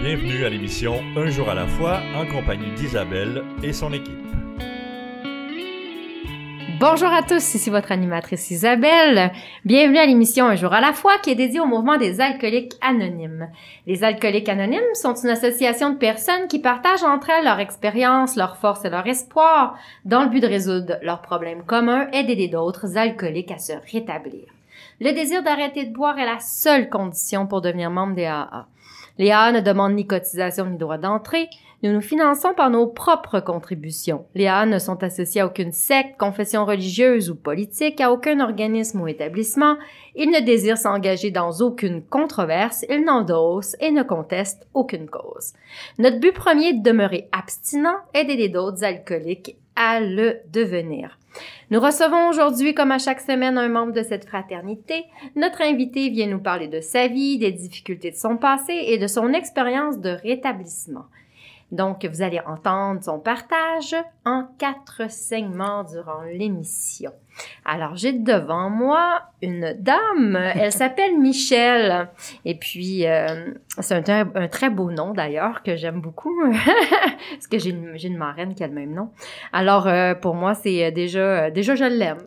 Bienvenue à l'émission Un jour à la fois en compagnie d'Isabelle et son équipe. Bonjour à tous, ici votre animatrice Isabelle. Bienvenue à l'émission Un jour à la fois qui est dédiée au mouvement des alcooliques anonymes. Les alcooliques anonymes sont une association de personnes qui partagent entre elles leur expérience, leurs forces et leur espoir dans le but de résoudre leurs problèmes communs et d'aider d'autres alcooliques à se rétablir. Le désir d'arrêter de boire est la seule condition pour devenir membre des AA. Les AA ne demandent ni cotisation ni droit d'entrée. Nous nous finançons par nos propres contributions. Les AA ne sont associés à aucune secte, confession religieuse ou politique, à aucun organisme ou établissement. Ils ne désirent s'engager dans aucune controverse, ils n'endossent et ne contestent aucune cause. Notre but premier est de demeurer abstinent et d'aider d'autres alcooliques à le devenir. Nous recevons aujourd'hui, comme à chaque semaine, un membre de cette fraternité. Notre invité vient nous parler de sa vie, des difficultés de son passé et de son expérience de rétablissement. Donc, vous allez entendre son partage en 4 segments durant l'émission. Alors, j'ai devant moi une dame, elle s'appelle Michelle. Et puis, c'est un très beau nom d'ailleurs, que j'aime beaucoup, parce que j'ai une marraine qui a le même nom. Alors, pour moi, c'est déjà je l'aime.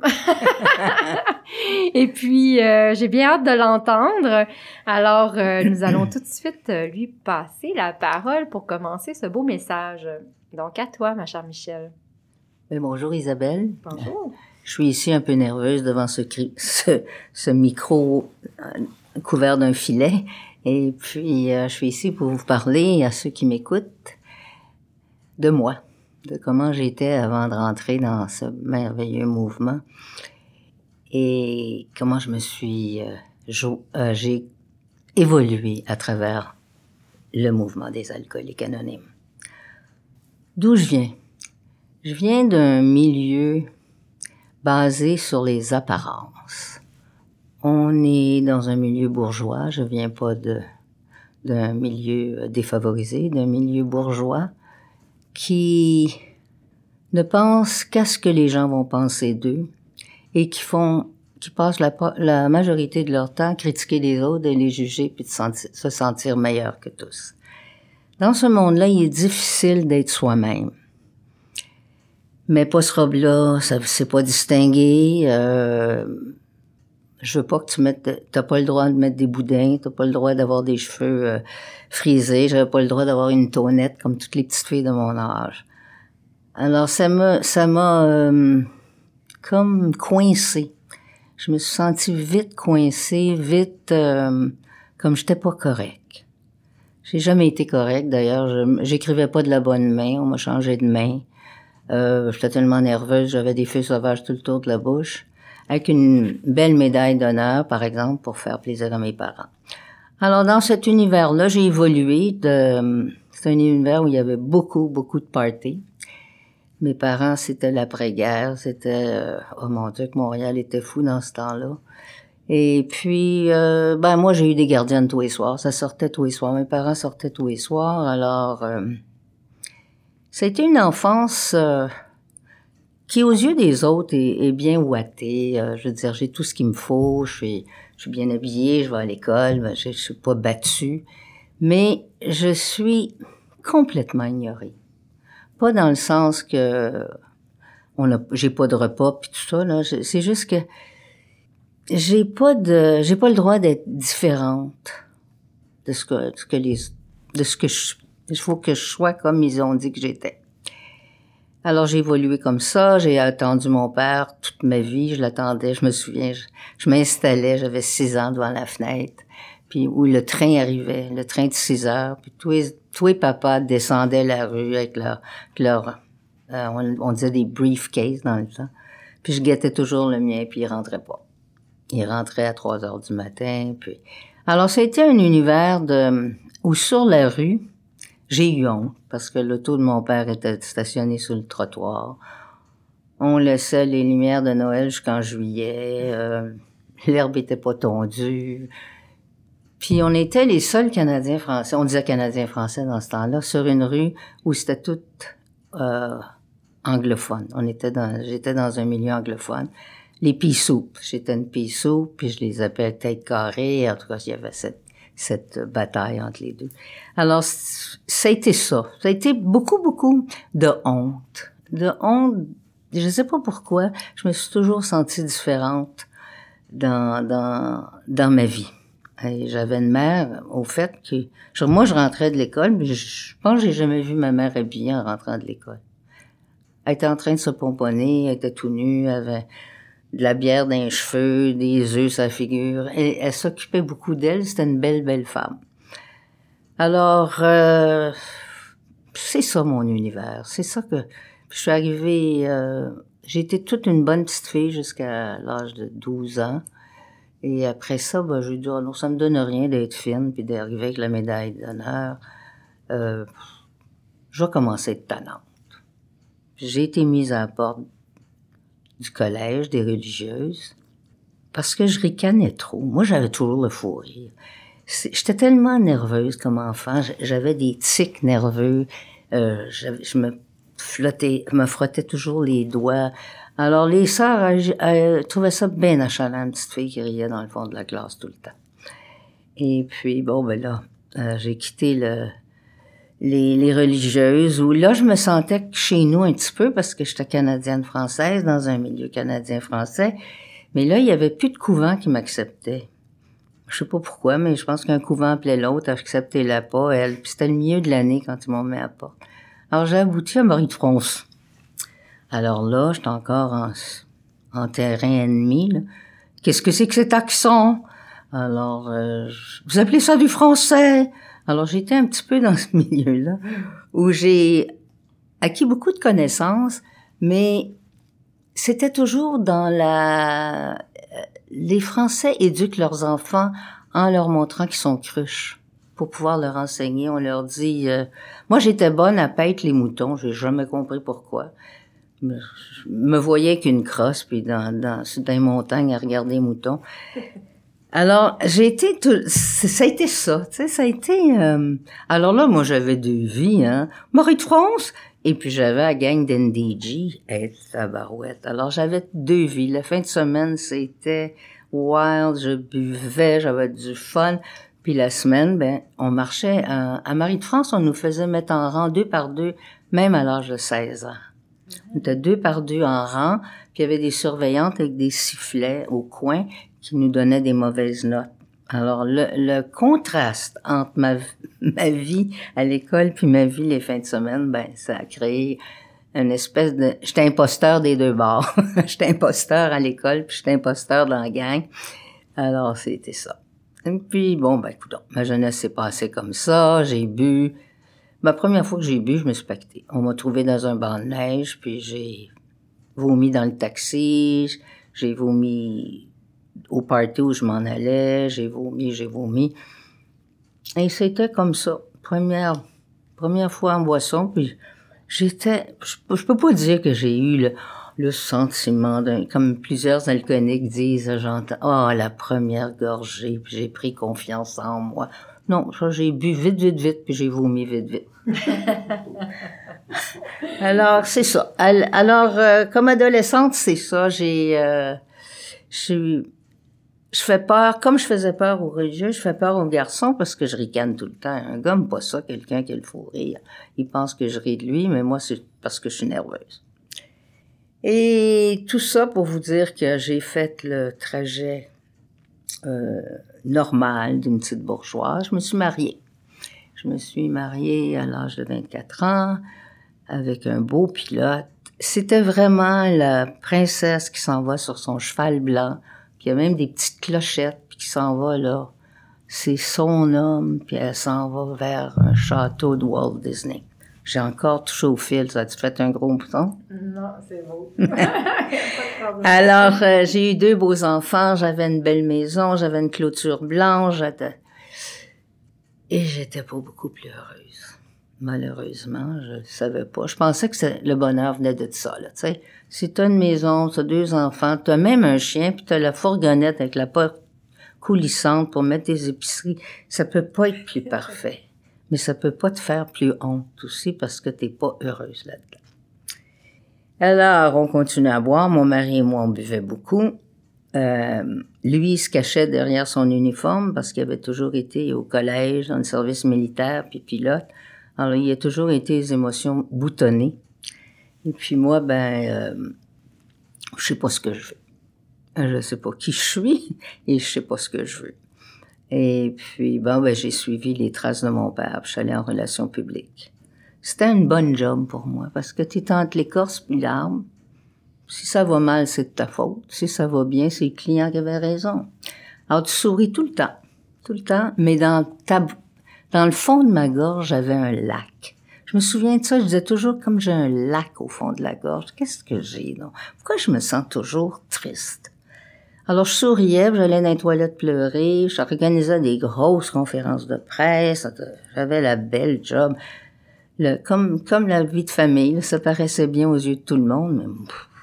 Et puis, j'ai bien hâte de l'entendre. Alors, nous allons tout de suite lui passer la parole pour commencer ce beau message. Donc, à toi, ma chère Michelle. Bonjour Isabelle. Bonjour. Je suis ici un peu nerveuse devant ce micro couvert d'un filet. Et puis, je suis ici pour vous parler à ceux qui m'écoutent de moi, de comment j'étais avant de rentrer dans ce merveilleux mouvement et comment je me suis... j'ai évolué à travers le mouvement des alcooliques anonymes. D'où je viens? Je viens d'un milieu basé sur les apparences. On est dans un milieu bourgeois, je viens pas d'un milieu défavorisé, d'un milieu bourgeois qui ne pense qu'à ce que les gens vont penser d'eux et qui passent la majorité de leur temps à critiquer les autres et les juger puis de se sentir meilleurs que tous. Dans ce monde-là, il est difficile d'être soi-même. Mais pas ce robe-là, ça c'est pas distingué. Je veux pas que t'as pas le droit de mettre des boudins, t'as pas le droit d'avoir des cheveux frisés, j'avais pas le droit d'avoir une tonnette comme toutes les petites filles de mon âge. Alors ça m'a comme coincée. Je me suis sentie vite coincée, comme j'étais pas correcte. J'ai jamais été correcte d'ailleurs, j'écrivais pas de la bonne main, on m'a changé de main. J'étais tellement nerveuse, j'avais des feux sauvages tout le tour de la bouche, avec une belle médaille d'honneur, par exemple, pour faire plaisir à mes parents. Alors, dans cet univers-là, j'ai évolué c'est un univers où il y avait beaucoup, beaucoup de parties. Mes parents, c'était l'après-guerre, oh mon Dieu, que Montréal était fou dans ce temps-là. Et puis, moi, j'ai eu des gardiennes tous les soirs, ça sortait tous les soirs, mes parents sortaient tous les soirs, alors... Ça a été une enfance qui, aux yeux des autres, est bien ouatée. Je veux dire, j'ai tout ce qu'il me faut, je suis bien habillée, je vais à l'école, je suis pas battue. Mais je suis complètement ignorée. Pas dans le sens que j'ai pas de repas puis tout ça, là. C'est juste que j'ai pas le droit d'être différente de ce que il faut que je sois comme ils ont dit que j'étais. Alors, j'ai évolué comme ça. J'ai attendu mon père toute ma vie. Je l'attendais. Je me souviens, je m'installais. J'avais 6 ans devant la fenêtre. Puis, où le train arrivait, le train de 6 heures. Puis, tous les papas descendaient la rue avec on disait des briefcases dans le temps. Puis, je guettais toujours le mien, puis il rentrait pas. Il rentrait à 3 heures du matin. Puis, alors, ça a été un univers où sur la rue, j'ai eu honte, parce que l'auto de mon père était stationnée sur le trottoir. On laissait les lumières de Noël jusqu'en juillet. L'herbe était pas tondue. Puis on était les seuls Canadiens-Français, on disait Canadiens-Français dans ce temps-là, sur une rue où c'était tout anglophone. J'étais dans un milieu anglophone. Les pea-soups. J'étais une pea-soup, puis je les appelais tête carrée. En tout cas, il y avait cette bataille entre les deux. Alors, ça a été ça. Ça a été beaucoup, beaucoup de honte. De honte, je sais pas pourquoi, je me suis toujours sentie différente dans ma vie. Et j'avais une mère, au fait, moi, je rentrais de l'école, mais je pense que j'ai jamais vu ma mère habillée en rentrant de l'école. Elle était en train de se pomponner, elle était tout nue, elle avait de la bière dans les cheveux, des œufs sur la figure. Elle s'occupait beaucoup d'elle, c'était une belle, belle femme. Alors, c'est ça mon univers, c'est ça que... Je suis arrivée... j'ai été toute une bonne petite fille jusqu'à l'âge de 12 ans. Et après ça, j'ai dit, oh non, ça me donne rien d'être fine, puis d'arriver avec la médaille d'honneur. Je vais commencer à être tannante. J'ai été mise à la porte du collège des religieuses parce que je ricanais trop. Moi, j'avais toujours le fou rire. J'étais tellement nerveuse comme enfant. J'avais des tics nerveux. Je me frottais toujours les doigts. Alors, les sœurs, elles trouvaient ça bien achalant, une petite fille qui riait dans le fond de la classe tout le temps. Et puis, j'ai quitté les religieuses, où là, je me sentais chez nous un petit peu, parce que j'étais canadienne-française, dans un milieu canadien-français. Mais là, il y avait plus de couvent qui m'acceptait. Je sais pas pourquoi, mais je pense qu'un couvent appelait l'autre, acceptait-la pas, elle. Puis c'était le milieu de l'année quand ils m'ont mis à la porte. Alors, j'ai abouti à Marie-de-France. Alors là, j'étais encore en terrain ennemi, là. Qu'est-ce que c'est que cet accent? Alors, vous appelez ça du français? Alors, j'étais un petit peu dans ce milieu-là, où j'ai acquis beaucoup de connaissances, mais c'était toujours les Français éduquent leurs enfants en leur montrant qu'ils sont cruches. Pour pouvoir leur enseigner, on leur dit... moi, j'étais bonne à paître les moutons, j'ai jamais compris pourquoi. Je me voyais qu'une crosse, puis dans les montagnes à regarder les moutons. Alors, ça a été ça, tu sais, ça a été... alors là, moi, j'avais 2 vies, hein. Marie-de-France, et puis j'avais la gang d'NDG, et tabarouette. Alors, j'avais 2 vies. La fin de semaine, c'était wild, je buvais, j'avais du fun. Puis la semaine, on marchait à Marie-de-France, on nous faisait mettre en rang 2 par 2, même à l'âge de 16 ans. On était 2 par 2 en rang, puis il y avait des surveillantes avec des sifflets au coin qui nous donnaient des mauvaises notes. Alors, le contraste entre ma vie à l'école puis ma vie les fins de semaine, ça a créé une espèce de... J'étais imposteur des 2 bords. J'étais imposteur à l'école, puis j'étais imposteur dans la gang. Alors, c'était ça. Et puis, écoute, ma jeunesse s'est passée comme ça, j'ai bu... Ma première fois que j'ai bu, je me suis pacté. On m'a trouvé dans un banc de neige, puis j'ai vomi dans le taxi, j'ai vomi au party où je m'en allais, j'ai vomi. Et c'était comme ça. Première fois en boisson, puis je peux pas dire que j'ai eu le sentiment comme plusieurs alcooliques disent, j'entends, la première gorgée, puis j'ai pris confiance en moi. Non, ça, j'ai bu vite, puis j'ai vomi vite. Alors, c'est ça. Alors, comme adolescente, c'est ça. Je fais peur, comme je faisais peur aux religieux, je fais peur aux garçons parce que je ricane tout le temps. Un gars, pas ça, quelqu'un qui a le fou rire. Il pense que je ris de lui, mais moi, c'est parce que je suis nerveuse. Et tout ça pour vous dire que j'ai fait le trajet normal d'une petite bourgeoise. Je me suis mariée. Je me suis mariée à l'âge de 24 ans avec un beau pilote. C'était vraiment la princesse qui s'en va sur son cheval blanc. Puis il y a même des petites clochettes puis qui s'en va là. C'est son homme, puis elle s'en va vers un château de Walt Disney. J'ai encore touché au fil. Ça a-tu fait un gros bouton? Non, c'est beau. Alors, j'ai eu 2 beaux enfants. J'avais une belle maison. J'avais une clôture blanche. Et j'étais pas beaucoup plus heureuse. Malheureusement, je le savais pas. Je pensais que le bonheur venait de ça, là, tu sais. Si t'as une maison, t'as 2 enfants, t'as même un chien, puis t'as la fourgonnette avec la porte coulissante pour mettre tes épiceries, ça peut pas être plus parfait. Mais ça peut pas te faire plus honte aussi parce que t'es pas heureuse là-dedans. Alors, on continuait à boire. Mon mari et moi, on buvait beaucoup. Lui, il se cachait derrière son uniforme parce qu'il avait toujours été au collège, dans le service militaire, puis pilote. Alors, il a toujours été les émotions boutonnées. Et puis moi, je sais pas ce que je veux. Je sais pas qui je suis et je sais pas ce que je veux. Et puis, j'ai suivi les traces de mon père. Puis je suis allée en relations publiques. C'était une bonne job pour moi parce que t'es entre l'écorce puis l'arbre. Si ça va mal, c'est de ta faute. Si ça va bien, c'est le client qui avait raison. Alors, tu souris tout le temps, mais dans le fond de ma gorge, j'avais un lac. Je me souviens de ça, je disais toujours comme j'ai un lac au fond de la gorge. Qu'est-ce que j'ai, non? Pourquoi je me sens toujours triste? Alors, je souriais, j'allais dans les toilettes pleurer, j'organisais des grosses conférences de presse, j'avais la belle job. Comme la vie de famille, là, ça paraissait bien aux yeux de tout le monde, mais...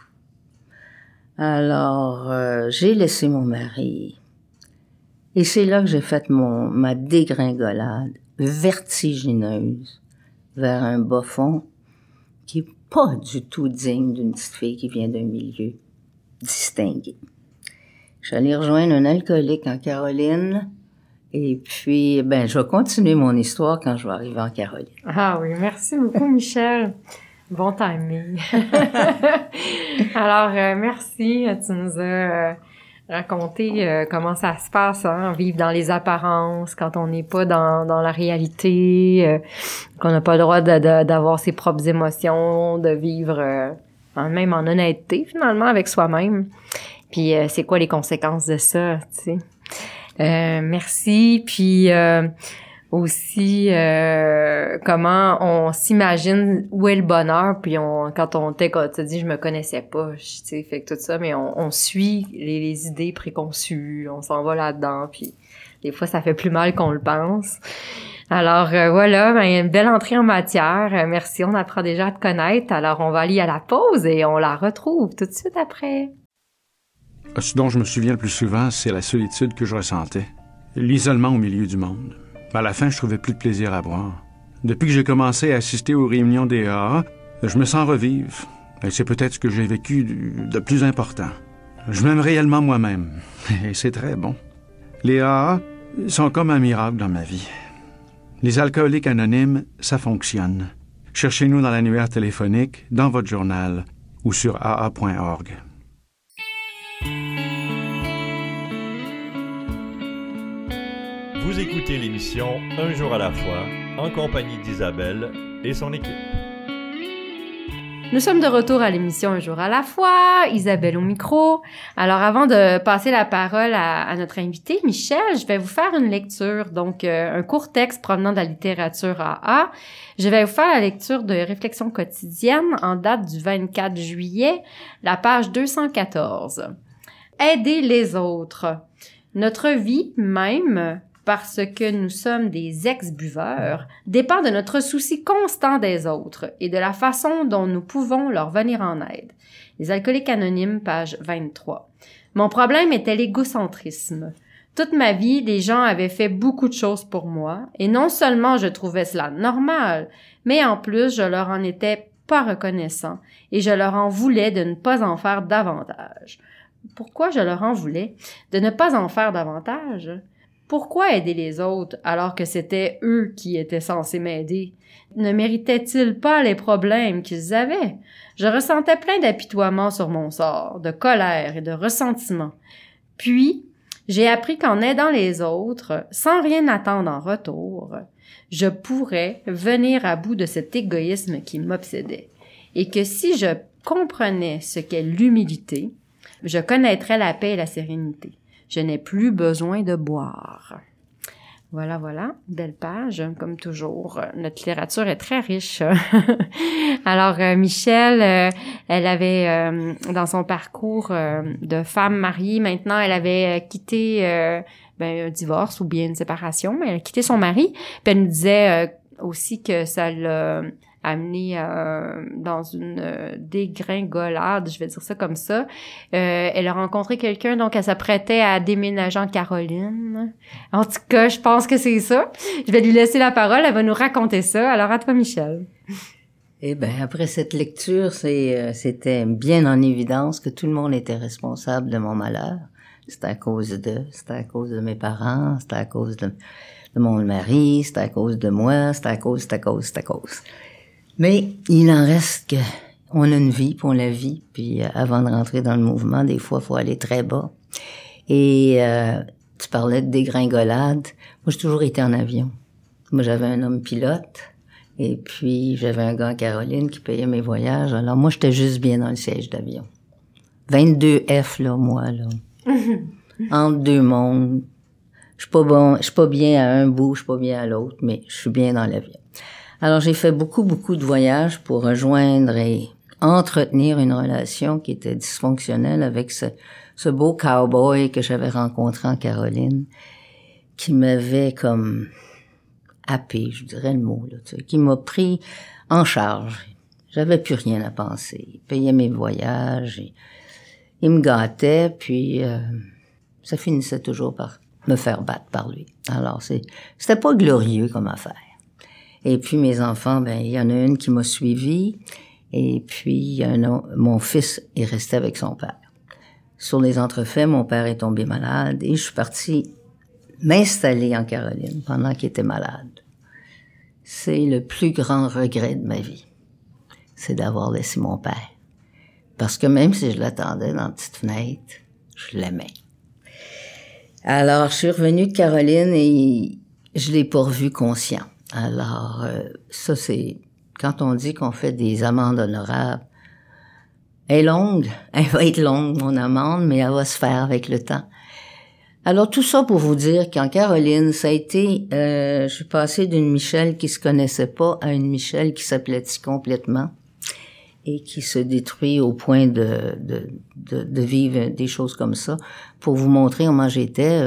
Alors, j'ai laissé mon mari. Et c'est là que j'ai fait ma dégringolade vertigineuse vers un bas fond qui est pas du tout digne d'une petite fille qui vient d'un milieu distingué. Je suis allée rejoindre un alcoolique en Caroline. Et puis, je vais continuer mon histoire quand je vais arriver en Caroline. Ah oui, merci beaucoup, Michel. Bon timing. Alors, merci. Tu nous as raconté comment ça se passe, hein, vivre dans les apparences, quand on n'est pas dans la réalité, qu'on n'a pas le droit d'avoir ses propres émotions, de vivre même en honnêteté, finalement, avec soi-même. Puis, c'est quoi les conséquences de ça, tu sais. Merci. Puis aussi comment on s'imagine où est le bonheur. Puis quand on te dit je me connaissais pas, tu sais, fait que tout ça, mais on suit les idées préconçues, on s'en va là-dedans. Puis des fois ça fait plus mal qu'on le pense. Alors voilà, une belle entrée en matière. Merci, on apprend déjà à te connaître. Alors on va aller à la pause et on la retrouve tout de suite après. Ce dont je me souviens le plus souvent, c'est la solitude que je ressentais. L'isolement au milieu du monde. À la fin, je trouvais plus de plaisir à boire. Depuis que j'ai commencé à assister aux réunions des AA, je me sens revivre. Et c'est peut-être ce que j'ai vécu de plus important. Je m'aime réellement moi-même. Et c'est très bon. Les AA sont comme un miracle dans ma vie. Les alcooliques anonymes, ça fonctionne. Cherchez-nous dans l'annuaire téléphonique, dans votre journal ou sur aa.org. Vous écoutez l'émission Un jour à la fois, en compagnie d'Isabelle et son équipe. Nous sommes de retour à l'émission Un jour à la fois, Isabelle au micro. Alors avant de passer la parole à notre invité, Michel, je vais vous faire une lecture, donc un court texte provenant de la littérature AA. Je vais vous faire la lecture de Réflexions quotidiennes en date du 24 juillet, la page 214. Aider les autres. Notre vie même, parce que nous sommes des ex-buveurs, dépend de notre souci constant des autres et de la façon dont nous pouvons leur venir en aide. Les alcooliques anonymes, page 23. Mon problème était l'égocentrisme. Toute ma vie, les gens avaient fait beaucoup de choses pour moi, et non seulement je trouvais cela normal, mais en plus je leur en étais pas reconnaissant, et je leur en voulais de ne pas en faire davantage. Pourquoi je leur en voulais de ne pas en faire davantage? Pourquoi aider les autres alors que c'était eux qui étaient censés m'aider? Ne méritaient-ils pas les problèmes qu'ils avaient? Je ressentais plein d'apitoiement sur mon sort, de colère et de ressentiment. Puis, j'ai appris qu'en aidant les autres, sans rien attendre en retour, je pourrais venir à bout de cet égoïsme qui m'obsédait. Et que si je comprenais ce qu'est l'humilité, je connaîtrais la paix et la sérénité. Je n'ai plus besoin de boire. Voilà, belle page, comme toujours. Notre littérature est très riche. Alors, Michel, elle avait, dans son parcours de femme mariée, maintenant, elle avait quitté un divorce ou bien une séparation, mais elle a quitté son mari. Puis elle nous disait aussi que ça l'a amenée dans une dégringolade, je vais dire ça comme ça. Elle a rencontré quelqu'un, donc elle s'apprêtait à déménager en Caroline. En tout cas, je pense que c'est ça. Je vais lui laisser la parole, elle va nous raconter ça. Alors à toi, Michel. Eh bien, après cette lecture, c'était bien en évidence que tout le monde était responsable de mon malheur. C'était à cause de mes parents, c'était à cause de mon mari, c'était à cause de moi, c'était à cause. Mais il en reste que on a une vie, puis on la vit, puis avant de rentrer dans le mouvement, des fois, il faut aller très bas. Et tu parlais de dégringolade. Moi, j'ai toujours été en avion. Moi, j'avais un homme pilote, et puis j'avais un gars en Caroline qui payait mes voyages. Alors moi, j'étais juste bien dans le siège d'avion. 22F, là, moi, là. Entre deux mondes. Je suis pas bien à un bout, je suis pas bien à l'autre, mais je suis bien dans l'avion. Alors, j'ai fait beaucoup de voyages pour rejoindre et entretenir une relation qui était dysfonctionnelle avec ce beau cowboy que j'avais rencontré en Caroline, qui m'avait comme happé, je dirais le mot, là, tu sais, qui m'a pris en charge. J'avais plus rien à penser. Il payait mes voyages, et il me gâtait, puis ça finissait toujours par me faire battre par lui. Alors, c'était pas glorieux comme affaire. Et puis, mes enfants, ben, il y en a une qui m'a suivi, et puis, mon fils est resté avec son père. Sur les entrefaits, mon père est tombé malade, et je suis partie m'installer en Caroline pendant qu'il était malade. C'est le plus grand regret de ma vie. C'est d'avoir laissé mon père. Parce que même si je l'attendais dans la petite fenêtre, je l'aimais. Alors, je suis revenue de Caroline et je l'ai pas revu conscient. Alors, ça, c'est... Quand on dit qu'on fait des amendes honorables, elle est longue. Elle va être longue, mon amende, mais elle va se faire avec le temps. Alors, tout ça pour vous dire qu'en Caroline, ça a été... je suis passée d'une Michel qui se connaissait pas à une Michel qui s'aplatit complètement et qui se détruit au point de vivre des choses comme ça. Pour vous montrer comment j'étais,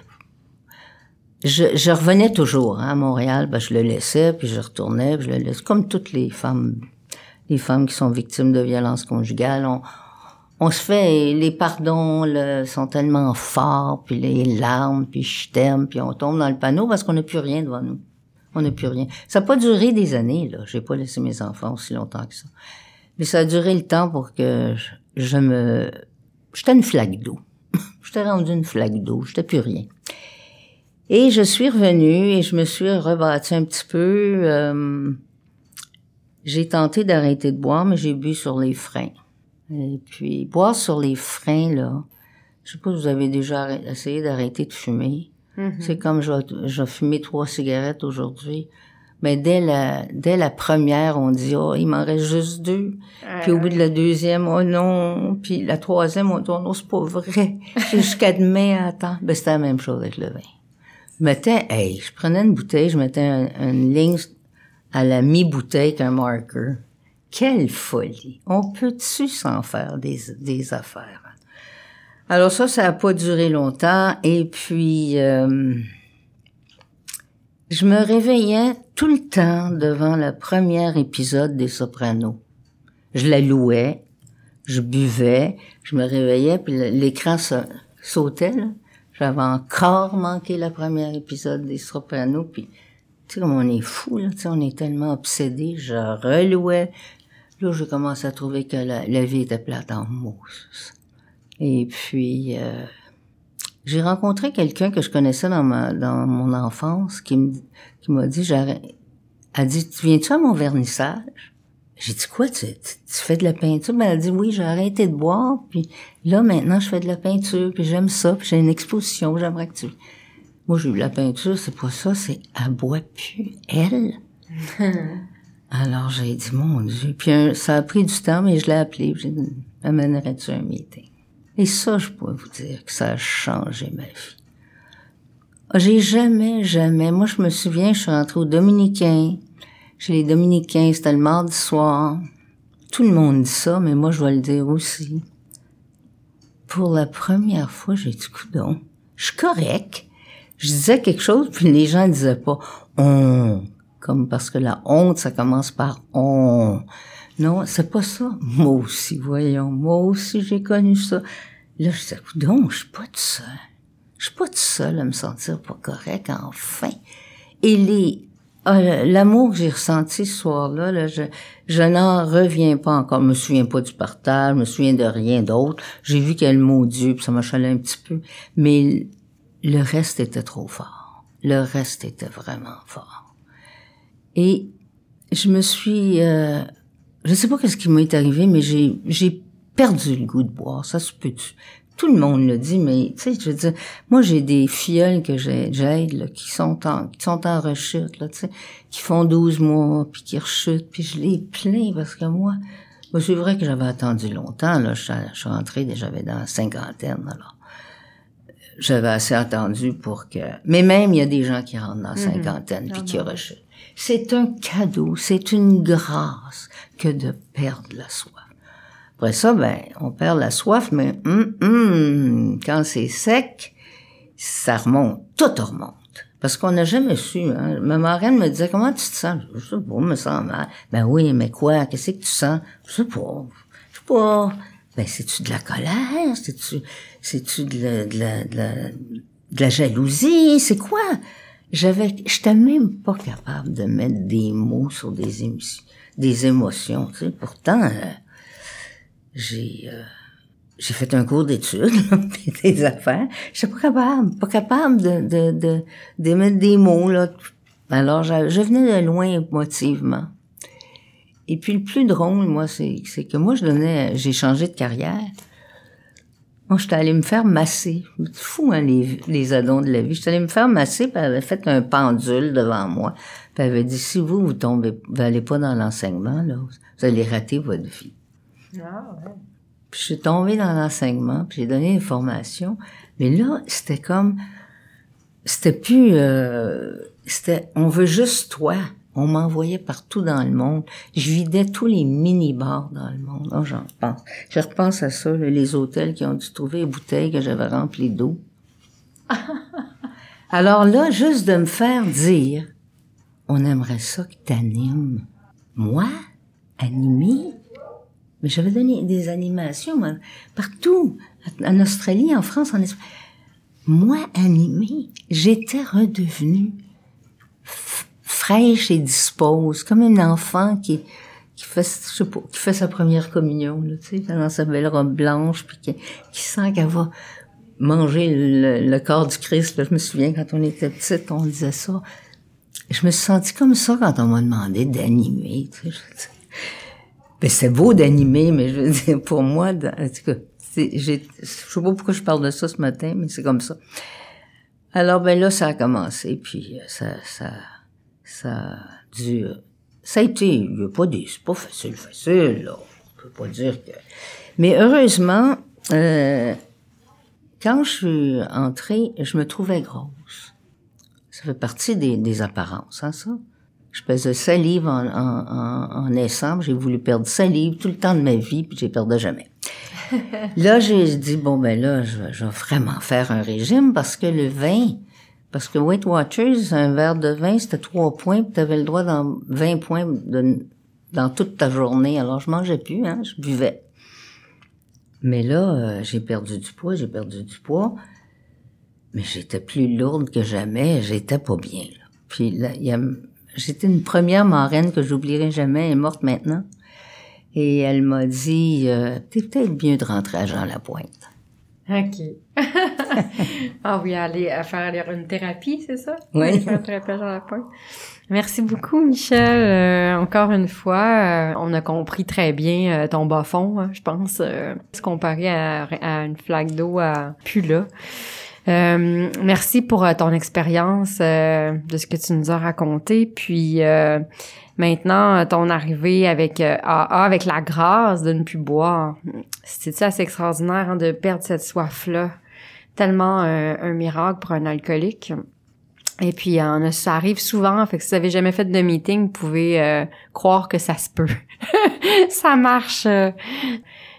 je revenais toujours à Montréal, ben je le laissais, puis je retournais, puis je le laissais. Comme toutes les femmes qui sont victimes de violences conjugales, on se fait, les pardons sont tellement forts, puis les larmes, puis je t'aime, puis on tombe dans le panneau parce qu'on n'a plus rien devant nous. On n'a plus rien. Ça n'a pas duré des années, là. J'ai pas laissé mes enfants aussi longtemps que ça. Mais ça a duré le temps pour que j'étais une flaque d'eau. J'étais rendue une flaque d'eau. J'étais plus rien. Et je suis revenue et je me suis rebâtie un petit peu. J'ai tenté d'arrêter de boire, mais j'ai bu sur les freins. Et puis, boire sur les freins, là, je sais pas si vous avez déjà essayé d'arrêter de fumer. Mm-hmm. C'est comme j'ai fumé 3 cigarettes aujourd'hui. Mais dès la première, on dit, oh, il m'en reste juste 2. Puis au bout de la deuxième, oh non. Puis la troisième, on dit, oh non, c'est pas vrai. Jusqu'à demain, attends. Ben, c'était la même chose avec le vin. Je prenais une bouteille, je mettais une ligne à la mi-bouteille qu'un marker. Quelle folie! On peut-tu s'en faire des affaires? Alors ça a pas duré longtemps. Et puis, je me réveillais tout le temps devant le premier épisode des Sopranos. Je la louais, je buvais, je me réveillais, puis l'écran sautait, là. J'avais encore manqué le premier épisode des Sopranos, puis tu sais comme on est fou, là, tu sais, on est tellement obsédés, je relouais. Là, j'ai commencé à trouver que la vie était plate en mousse. Et puis, j'ai rencontré quelqu'un que je connaissais dans mon enfance qui m'a dit, elle dit, tu viens-tu à mon vernissage? J'ai dit, quoi, tu fais de la peinture? Ben, elle dit, oui, j'ai arrêté de boire, puis là, maintenant, je fais de la peinture, puis j'aime ça, puis j'ai une exposition, j'aimerais que tu... Moi, j'ai eu la peinture, c'est pas ça, c'est elle boit plus, elle. Alors, j'ai dit, mon Dieu, puis ça a pris du temps, mais je l'ai appelé, puis j'ai dit, amènerais-tu un meeting? Et ça, je pourrais vous dire que ça a changé ma vie. J'ai jamais, moi, je me souviens, je suis rentrée aux Dominicains. Chez les Dominicains, c'était le mardi soir. Tout le monde dit ça, mais moi, je vais le dire aussi. Pour la première fois, j'ai dit, coudonc, je suis correct. Je disais quelque chose, puis les gens disaient pas « on », comme parce que la honte, ça commence par « on ». Non, c'est pas ça. Moi aussi, voyons, moi aussi, j'ai connu ça. Là, je disais, coudonc, je suis pas toute seule. Je suis pas toute seule à me sentir pas correct, enfin. Et L'amour que j'ai ressenti ce soir-là, là, je n'en reviens pas encore. Je me souviens pas du partage, je me souviens de rien d'autre. J'ai vu qu'il y a le mot Dieu, puis ça m'a chalé un petit peu. Mais le reste était trop fort. Le reste était vraiment fort. Et je me suis... je sais pas qu'est-ce qui m'est arrivé, mais j'ai perdu le goût de boire. Ça se peut. Tout le monde le dit, mais tu sais, je veux dire, moi j'ai des filleuls que j'aide là, qui sont en rechute là, tu sais, qui font 12 mois puis qui rechutent, puis je les plains parce que moi c'est vrai que j'avais attendu longtemps là, je suis rentrée, j'avais dans la cinquantaine alors. J'avais assez attendu pour que mais même il y a des gens qui rentrent dans la cinquantaine puis qui rechutent. C'est un cadeau, c'est une grâce que de perdre la soif. Après ça, on perd la soif, mais quand c'est sec, ça remonte, tout remonte. Parce qu'on n'a jamais su, hein. Ma marraine me disait, comment tu te sens? Je sais pas, je me sens mal. Ben oui, mais quoi? Qu'est-ce que tu sens? Je sais pas. Ben, c'est-tu de la colère? C'est-tu de la jalousie? C'est quoi? J'étais même pas capable de mettre des mots sur des émotions, tu sais. Pourtant, j'ai fait un cours d'études, puis des affaires. J'étais pas capable de mettre des mots, là. Alors, je venais de loin émotivement. Et puis, le plus drôle, moi, c'est que moi, j'ai changé de carrière. Moi, j'étais allée me faire masser. C'est fou, hein, les addons de la vie. J'étais allée me faire masser, puis elle avait fait un pendule devant moi. Puis elle avait dit, si vous allez pas dans l'enseignement, là, vous allez rater votre vie. Ah, ouais. Puis je suis tombée dans l'enseignement, puis j'ai donné une formation, mais là, c'était plus, on veut juste toi. On m'envoyait partout dans le monde. Je vidais tous les mini-bars dans le monde. Oh, j'en pense. Je repense à ça, là, les hôtels qui ont dû trouver les bouteilles que j'avais remplies d'eau. Alors là, juste de me faire dire, on aimerait ça que t'animes. Moi? Animer? Mais j'avais donné des animations, moi, partout, en Australie, en France, en Espagne. Moi, animée, j'étais redevenue fraîche et dispose, comme un enfant qui fait sa première communion, là, tu sais, dans sa belle robe blanche, puis qui sent qu'elle va manger le corps du Christ. Là, je me souviens, quand on était petite, on disait ça. Je me suis sentie comme ça quand on m'a demandé d'animer, tu sais. Ben, c'est beau d'animer, mais je veux dire, pour moi, en tout cas, je sais pas pourquoi je parle de ça ce matin, mais c'est comme ça. Alors, ben là, ça a commencé, puis ça a été, c'est pas facile, là. On peut pas dire que, mais heureusement, quand je suis entrée, je me trouvais grosse. Ça fait partie des apparences, hein, ça. Je pesais 5 livres en naissant, j'ai voulu perdre 5 livres tout le temps de ma vie, puis j'ai perdu jamais. Là, j'ai dit, bon, ben là, je vais vraiment faire un régime parce que Weight Watchers, un verre de vin, c'était 3 points, puis t'avais le droit dans 20 points dans toute ta journée. Alors, je mangeais plus, hein, je buvais. Mais là, j'ai perdu du poids, mais j'étais plus lourde que jamais, j'étais pas bien, là. Puis là, j'étais une première marraine que j'oublierai jamais, elle est morte maintenant. Et elle m'a dit, t'es peut-être mieux de rentrer à Jean-Lapointe. OK. Ah oui, aller faire une thérapie, c'est ça? Oui. Faire une thérapie à Jean-Lapointe. Merci beaucoup, Michel. Encore une fois, on a compris très bien ton bas fond, hein, je pense. Comparé à une flaque d'eau à plus là. Merci pour ton expérience de ce que tu nous as raconté. Puis maintenant, ton arrivée avec avec la grâce de ne plus boire. C'est assez extraordinaire, hein, de perdre cette soif-là. Tellement un miracle pour un alcoolique. Et puis, ça arrive souvent. Fait que si vous avez jamais fait de meeting, vous pouvez croire que ça se peut. Ça marche.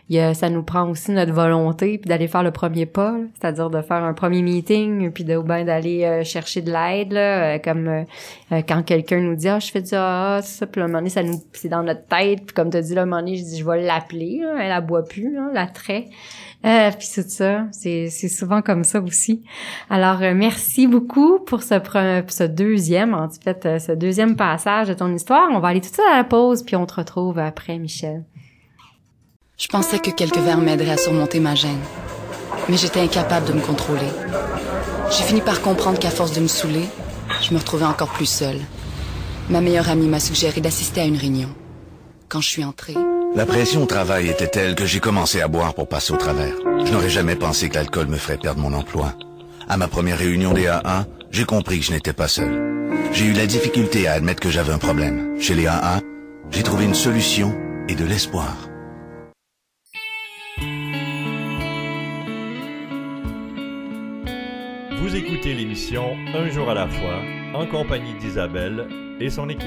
ça nous prend aussi notre volonté puis d'aller faire le premier pas, là, c'est-à-dire de faire un premier meeting puis d'aller chercher de l'aide là, comme quand quelqu'un nous dit je fais du AA, ça, puis à un moment donné c'est dans notre tête, puis comme tu as dit là, à un moment donné je dis je vais l'appeler, là, elle boit plus là, la trait. Puis tout ça, c'est souvent comme ça aussi. Alors merci beaucoup pour ce deuxième, en fait, ce deuxième passage de ton histoire. On va aller tout de suite à la pause, puis on te retrouve après, Michel. Je pensais que quelques verres m'aideraient à surmonter ma gêne, mais j'étais incapable de me contrôler. J'ai fini par comprendre qu'à force de me saouler, je me retrouvais encore plus seule. Ma meilleure amie m'a suggéré d'assister à une réunion. Quand je suis entrée... La pression au travail était telle que j'ai commencé à boire pour passer au travers. Je n'aurais jamais pensé que l'alcool me ferait perdre mon emploi. À ma première réunion des AA, j'ai compris que je n'étais pas seul. J'ai eu la difficulté à admettre que j'avais un problème. Chez les AA, j'ai trouvé une solution et de l'espoir. Vous écoutez l'émission Un jour à la fois, en compagnie d'Isabelle et son équipe.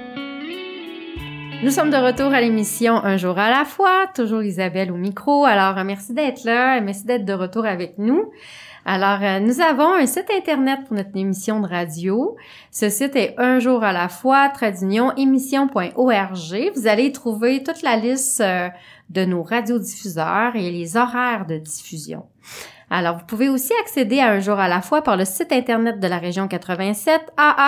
Nous sommes de retour à l'émission Un jour à la fois, toujours Isabelle au micro. Alors, merci d'être là, merci d'être de retour avec nous. Alors, nous avons un site Internet pour notre émission de radio. Ce site est Un jour à la fois, _émission.org. Vous allez trouver toute la liste de nos radiodiffuseurs et les horaires de diffusion. Alors, vous pouvez aussi accéder à Un jour à la fois par le site Internet de la région 87,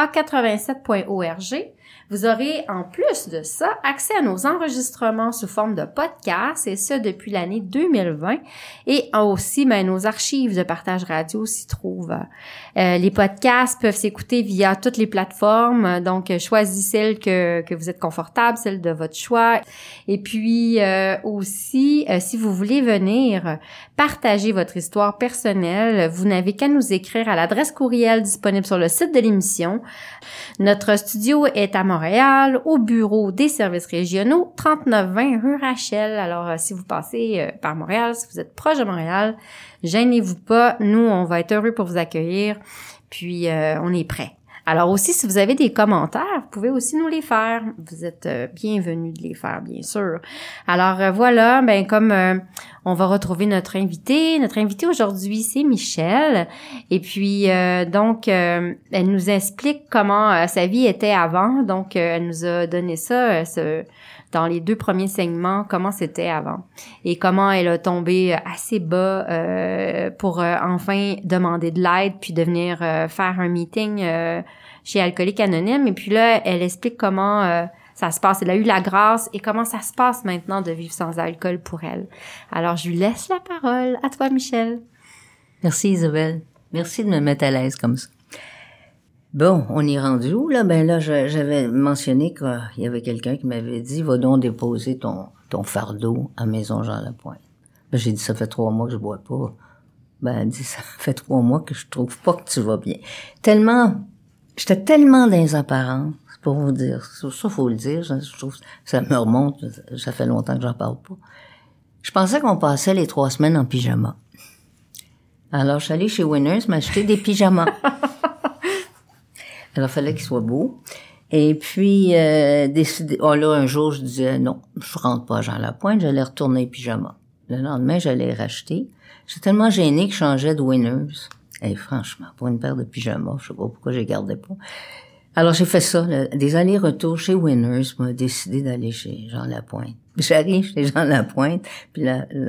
aa87.org. Vous aurez, en plus de ça, accès à nos enregistrements sous forme de podcast, et ce, depuis l'année 2020. Et aussi, nos archives de partage radio s'y trouvent. Les podcasts peuvent s'écouter via toutes les plateformes. Donc, choisissez celle que vous êtes confortable, celle de votre choix. Et puis, aussi, si vous voulez venir partager votre histoire personnelle, vous n'avez qu'à nous écrire à l'adresse courriel disponible sur le site de l'émission. Notre studio est à Montréal, au bureau des services régionaux, 3920 rue Rachel. Alors, si vous passez par Montréal, si vous êtes proche de Montréal, gênez-vous pas. Nous, on va être heureux pour vous accueillir. Puis, on est prêts. Alors aussi, si vous avez des commentaires, vous pouvez aussi nous les faire. Vous êtes bienvenus de les faire, bien sûr. Alors voilà, comme on va retrouver notre invité. Notre invité aujourd'hui, c'est Michel. Et puis, donc, elle nous explique comment sa vie était avant. Donc, elle nous a donné ça dans les 2 premiers segments, comment c'était avant. Et comment elle a tombé assez bas pour enfin demander de l'aide, puis de venir faire un meeting chez Alcooliques Anonymes. Et puis là, elle explique comment ça se passe. Elle a eu la grâce et comment ça se passe maintenant de vivre sans alcool pour elle. Alors, je lui laisse la parole. À toi, Michel. Merci, Isabelle. Merci de me mettre à l'aise comme ça. Bon, on est rendu où, là? Là, j'avais mentionné qu'il y avait quelqu'un qui m'avait dit, va donc déposer ton fardeau à Maison Jean-Lapointe. J'ai dit, ça fait 3 mois que je bois pas. Elle dit, ça fait 3 mois que je trouve pas que tu vas bien. J'étais tellement dans les apparences, pour vous dire. Ça, faut le dire. Je trouve, ça me remonte. Ça fait longtemps que j'en parle pas. Je pensais qu'on passait les 3 semaines en pyjama. Alors, je suis allée chez Winners m'acheter des pyjamas. Alors, il fallait qu'ils soient beaux. Et puis, là, un jour, je disais, non, je rentre pas à Jean-Lapointe, j'allais retourner les pyjamas. Le lendemain, j'allais les racheter. J'étais tellement gênée que je changeais de Winners. Et franchement, pour une paire de pyjamas, je sais pas pourquoi je les gardais pas. Alors, j'ai fait ça, des allers-retours chez Winners, m'a décidé d'aller chez Jean-Lapointe. J'arrive chez Jean-Lapointe, puis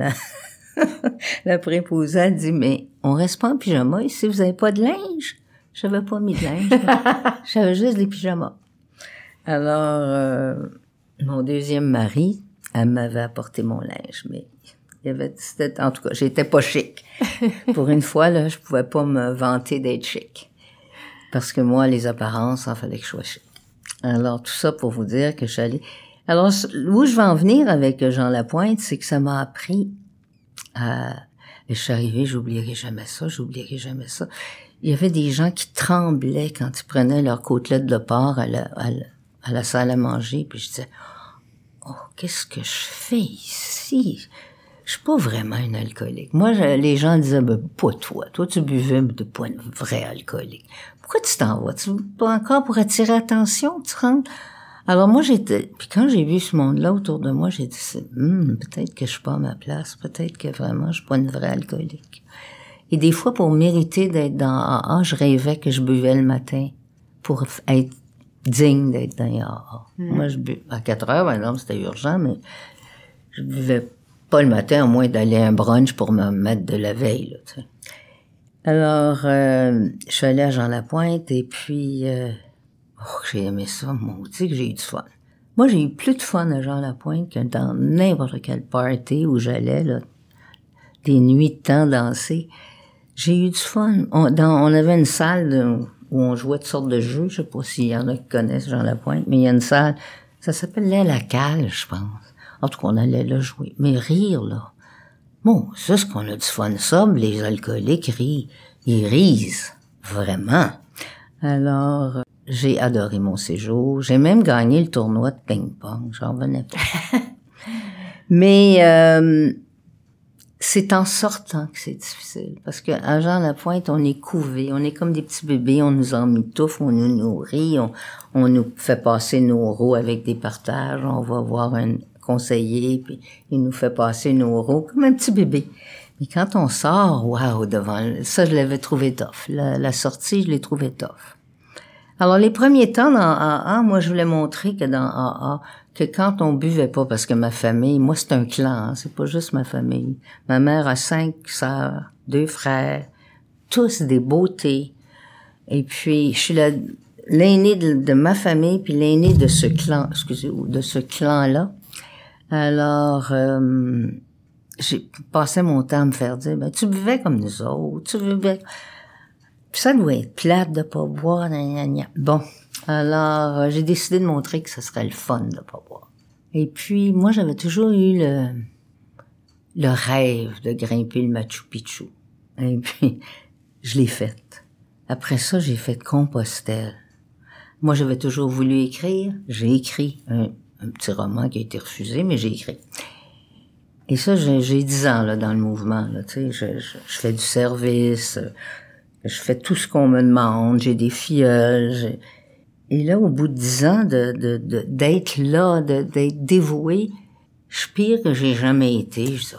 la préposée, elle dit, mais on reste pas en pyjama ici, vous avez pas de linge? J'avais pas mis de linge. J'avais juste des pyjamas. Alors, mon deuxième mari, elle m'avait apporté mon linge, mais en tout cas, j'étais pas chic. Pour une fois, là, je pouvais pas me vanter d'être chic. Parce que moi, les apparences, il fallait que je sois chic. Alors, tout ça pour vous dire que je suis allée... Alors, où je vais en venir avec Jean-Lapointe, c'est que ça m'a appris à... Je suis arrivée, j'oublierai jamais ça. Il y avait des gens qui tremblaient quand ils prenaient leur côtelette de porc à la salle à manger, puis je disais, oh, qu'est-ce que je fais ici? Je suis pas vraiment une alcoolique. Moi, les gens disaient, pas toi. Toi, tu buvais, mais t'es pas une vraie alcoolique. Pourquoi tu t'en vas? Tu pas encore pour attirer attention? Tu rentres? Alors moi, puis quand j'ai vu ce monde-là autour de moi, j'ai dit, peut-être que je suis pas à ma place, peut-être que vraiment je suis pas une vraie alcoolique. Et des fois, pour mériter d'être dans AA, je rêvais que je buvais le matin pour être digne d'être dans les AA. Moi, je buvais à 4 heures, par exemple, c'était urgent, mais je buvais pas le matin, au moins d'aller à un brunch pour me mettre de la veille, là, tu sais. Alors, je suis allée à Jean-Lapointe et puis, j'ai aimé ça, maudit que j'ai eu du fun. Moi, j'ai eu plus de fun à Jean-Lapointe que dans n'importe quel party où j'allais, là, des nuits de temps danser. J'ai eu du fun. On avait une salle où on jouait toutes sortes de jeux, je sais pas s'il y en a qui connaissent Jean-Lapointe, mais il y a une salle, ça s'appelait La Cale, je pense. En tout cas, on allait là jouer. Mais rire, là. Bon, ça, c'est qu'on a du fun sobre, les alcooliques rient. Ils risent. Vraiment. Alors, j'ai adoré mon séjour. J'ai même gagné le tournoi de ping-pong. J'en revenais pas. Mais, c'est en sortant que c'est difficile. Parce que à Jean-Lapointe, on est couvés. On est comme des petits bébés. On nous emmitouffe, on nous nourrit. On nous fait passer nos roues avec des partages. On va voir un conseiller, puis il nous fait passer nos roues comme un petit bébé. Mais quand on sort, waouh, devant, ça, je l'avais trouvé tough. La sortie, je l'ai trouvé tough. Alors, les premiers temps dans AA, moi, je voulais montrer que dans AA, que quand on buvait pas, parce que ma famille, moi, c'est un clan, hein, c'est pas juste ma famille. Ma mère a 5 sœurs, 2 frères, tous des beautés. Et puis, je suis l'aînée de ma famille, puis l'aînée de ce clan, de ce clan-là. Alors, j'ai passé mon temps à me faire dire, tu buvais comme nous autres, tu buvais. Puis ça doit être plate de pas boire, gna, gna. Bon, alors, j'ai décidé de montrer que ce serait le fun de pas boire. Et puis, moi, j'avais toujours eu le rêve de grimper le Machu Picchu. Et puis, je l'ai fait. Après ça, j'ai fait Compostelle. Moi, j'avais toujours voulu écrire. J'ai écrit un petit roman qui a été refusé, mais j'ai écrit. Et ça, j'ai 10 ans, là, dans le mouvement, là, tu sais, je fais du service, je fais tout ce qu'on me demande, j'ai des filleuls, et là, au bout de 10 ans d'être là, d'être dévoué, je suis pire que j'ai jamais été, je dis,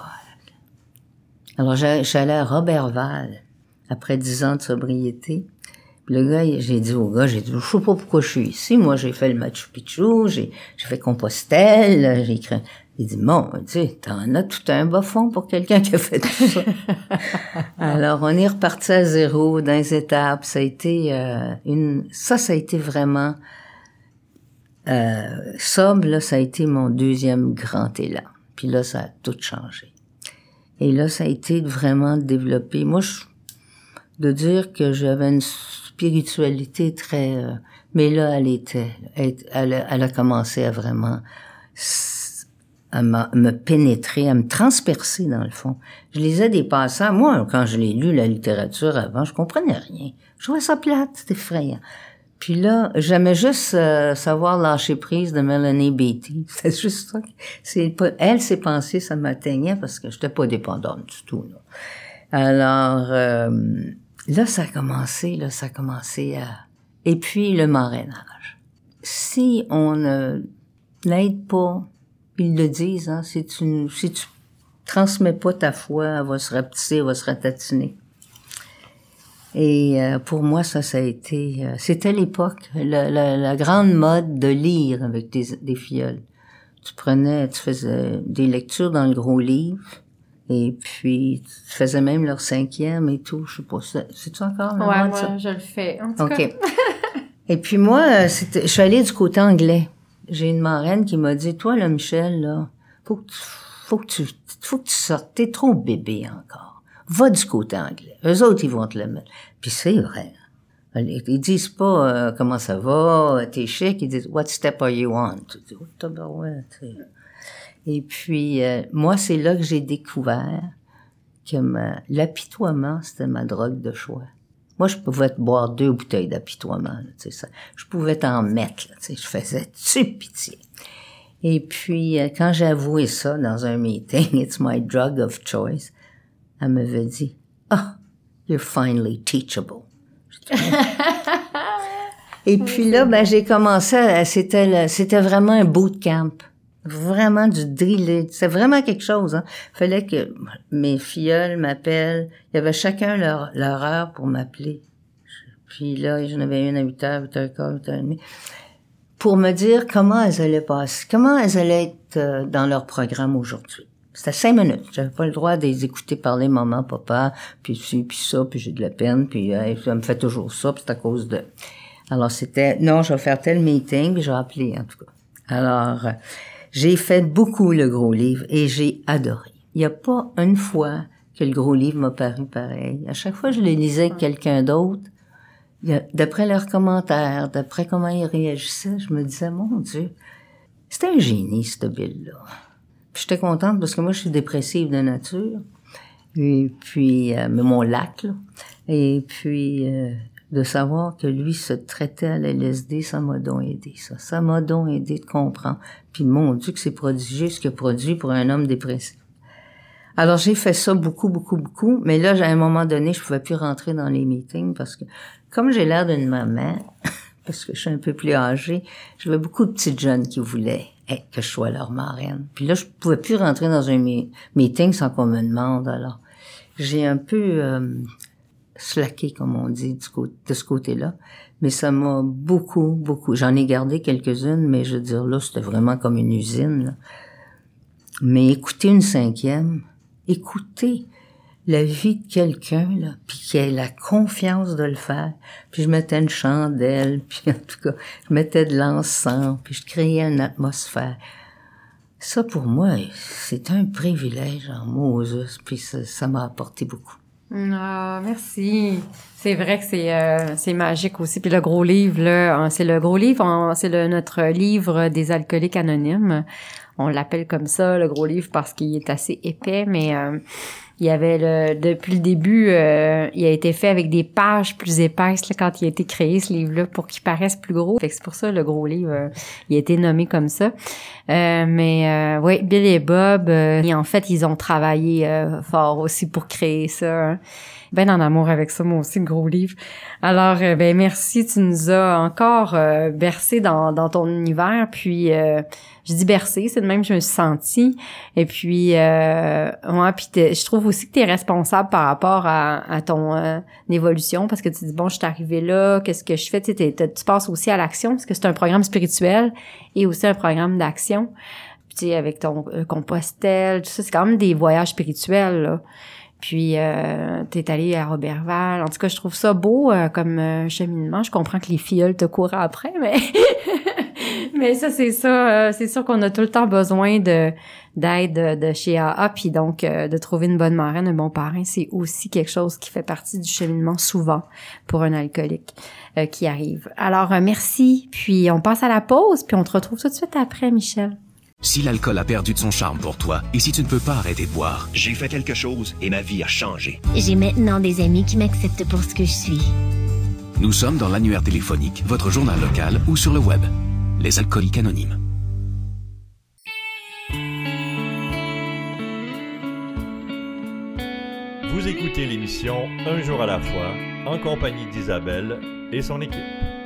Alors, j'allais à Robertval, après 10 ans de sobriété. Le gars, j'ai dit, je sais pas pourquoi je suis ici. Moi, j'ai fait le Machu Picchu, j'ai fait Compostelle, j'ai écrit. Il dit, bon, tu sais, t'en as tout un bas fond pour quelqu'un qui a fait tout ça. Alors, on est reparti à zéro dans les étapes. Ça a été ça a été vraiment sobre, là, ça a été mon deuxième grand élan. Puis là, ça a tout changé. Et là, ça a été vraiment de développer. Moi, de dire que j'avais une spiritualité très... mais là, elle a commencé à vraiment... à me pénétrer, à me transpercer, dans le fond. Je lisais des passages. Moi, quand je l'ai lu, la littérature, avant, je comprenais rien. Je trouvais ça plate, c'était effrayant. Puis là, j'aimais juste savoir lâcher prise de Melanie Beattie. C'est juste ça. Elle, ses pensées, ça m'atteignait parce que j'étais pas dépendante du tout, là. Alors... là, ça a commencé à... Et puis, le marrainage. Si on n'aide pas, ils le disent, hein, si tu transmets pas ta foi, elle va se rapetisser, elle va se ratatiner. Et pour moi, ça a été... c'était l'époque, la grande mode de lire avec des filleuls. Tu faisais des lectures dans le gros livre, et puis, tu faisais même leur 5e et tout. Je sais pas, c'est-tu encore la mode, ça? Ouais, moi, je le fais, en tout cas. Et puis moi, je suis allée du côté anglais. J'ai une marraine qui m'a dit, toi, là, Michel, là, faut que tu sortes. T'es trop bébé encore. Va du côté anglais. Eux autres, ils vont te le mettre. Puis c'est vrai. Ils disent pas, comment ça va, t'es chic. Ils disent, what step are you on? Tu dis, Et puis, moi, c'est là que j'ai découvert que l'apitoiement, c'était ma drogue de choix. Moi, je pouvais te boire 2 bouteilles d'apitoiement, là, tu sais, ça. Je pouvais t'en mettre, là, tu sais, je faisais pitié. Et puis, quand j'ai avoué ça dans un meeting, it's my drug of choice, elle m'avait dit, you're finally teachable. Et puis là, j'ai commencé, c'était vraiment un bootcamp. Vraiment du drillé. C'est vraiment quelque chose, hein. Fallait que mes filleuls m'appellent. Il y avait chacun leur heure pour m'appeler. Puis là, j'en avais une à 8h, 8h15, 8h30. Pour me dire comment elles allaient passer, comment elles allaient être dans leur programme aujourd'hui. C'était 5 minutes. J'avais pas le droit de les écouter parler maman, papa, puis ci, puis ça, puis j'ai de la peine, puis ça me fait toujours ça, puis c'est à cause de... Alors c'était, non, je vais faire tel meeting, puis j'ai appelé, en tout cas. Alors, j'ai fait beaucoup le gros livre et j'ai adoré. Il n'y a pas une fois que le gros livre m'a paru pareil. À chaque fois que je le lisais avec quelqu'un d'autre, d'après leurs commentaires, d'après comment ils réagissaient, je me disais, mon Dieu, c'était un génie, cette Bill-là. Puis j'étais contente parce que moi, je suis dépressive de nature. Et puis, mais mon lac, là. Et puis, de savoir que lui se traitait à la LSD, ça m'a donc aidé, ça. Ça m'a donc aidé de comprendre. Puis, mon Dieu, que c'est prodigieux ce qu'il a produit pour un homme dépressif. Alors, j'ai fait ça beaucoup. Mais là, à un moment donné, je pouvais plus rentrer dans les meetings parce que, comme j'ai l'air d'une maman, parce que je suis un peu plus âgée, j'avais beaucoup de petites jeunes qui voulaient que je sois leur marraine. Puis là, je pouvais plus rentrer dans un meeting sans qu'on me demande. Alors, j'ai un peu slacké, comme on dit, de ce côté-là. Mais ça m'a beaucoup... J'en ai gardé quelques-unes, mais je veux dire, là, c'était vraiment comme une usine, là. Mais écouter une 5e, écouter la vie de quelqu'un, là, puis qui ait la confiance de le faire. Puis je mettais une chandelle, puis en tout cas, je mettais de l'encens, puis je créais une atmosphère. Ça, pour moi, c'est un privilège en Moses, puis ça m'a apporté beaucoup. Ah, merci. C'est vrai que c'est magique aussi. Puis le gros livre, là, c'est le gros livre, c'est notre livre des alcooliques anonymes. On l'appelle comme ça, le gros livre, parce qu'il est assez épais, mais il y avait depuis le début, il a été fait avec des pages plus épaisses là, quand il a été créé, ce livre-là, pour qu'il paraisse plus gros. Fait que c'est pour ça, le gros livre, il a été nommé comme ça. Oui, Bill et Bob, et en fait, ils ont travaillé fort aussi pour créer ça. Hein. Ben en amour avec ça, moi aussi, le gros livre. Alors, merci, tu nous as encore bercé dans ton univers, puis je dis bercé, c'est de même que je me suis sentie. Et puis, puis je trouve aussi que tu es responsable par rapport à ton évolution, parce que tu dis, bon, je suis arrivée là, qu'est-ce que je fais? Tu passes aussi à l'action, parce que c'est un programme spirituel et aussi un programme d'action. Puis, tu sais, avec ton Compostelle, tout ça, c'est quand même des voyages spirituels, là. Puis, t'es allé à Roberval. En tout cas, je trouve ça beau comme cheminement. Je comprends que les filleuls te courent après, mais mais ça, c'est ça. C'est sûr qu'on a tout le temps besoin d'aide de chez AA. Puis donc, de trouver une bonne marraine, un bon parrain, c'est aussi quelque chose qui fait partie du cheminement souvent pour un alcoolique qui arrive. Alors, merci. Puis, on passe à la pause. Puis, on te retrouve tout de suite après, Michel. Si l'alcool a perdu de son charme pour toi et si tu ne peux pas arrêter de boire, j'ai fait quelque chose et ma vie a changé. J'ai maintenant des amis qui m'acceptent pour ce que je suis. Nous sommes dans l'annuaire téléphonique, votre journal local ou sur le web. Les alcooliques anonymes. Vous écoutez l'émission Un jour à la fois, en compagnie d'Isabelle et son équipe.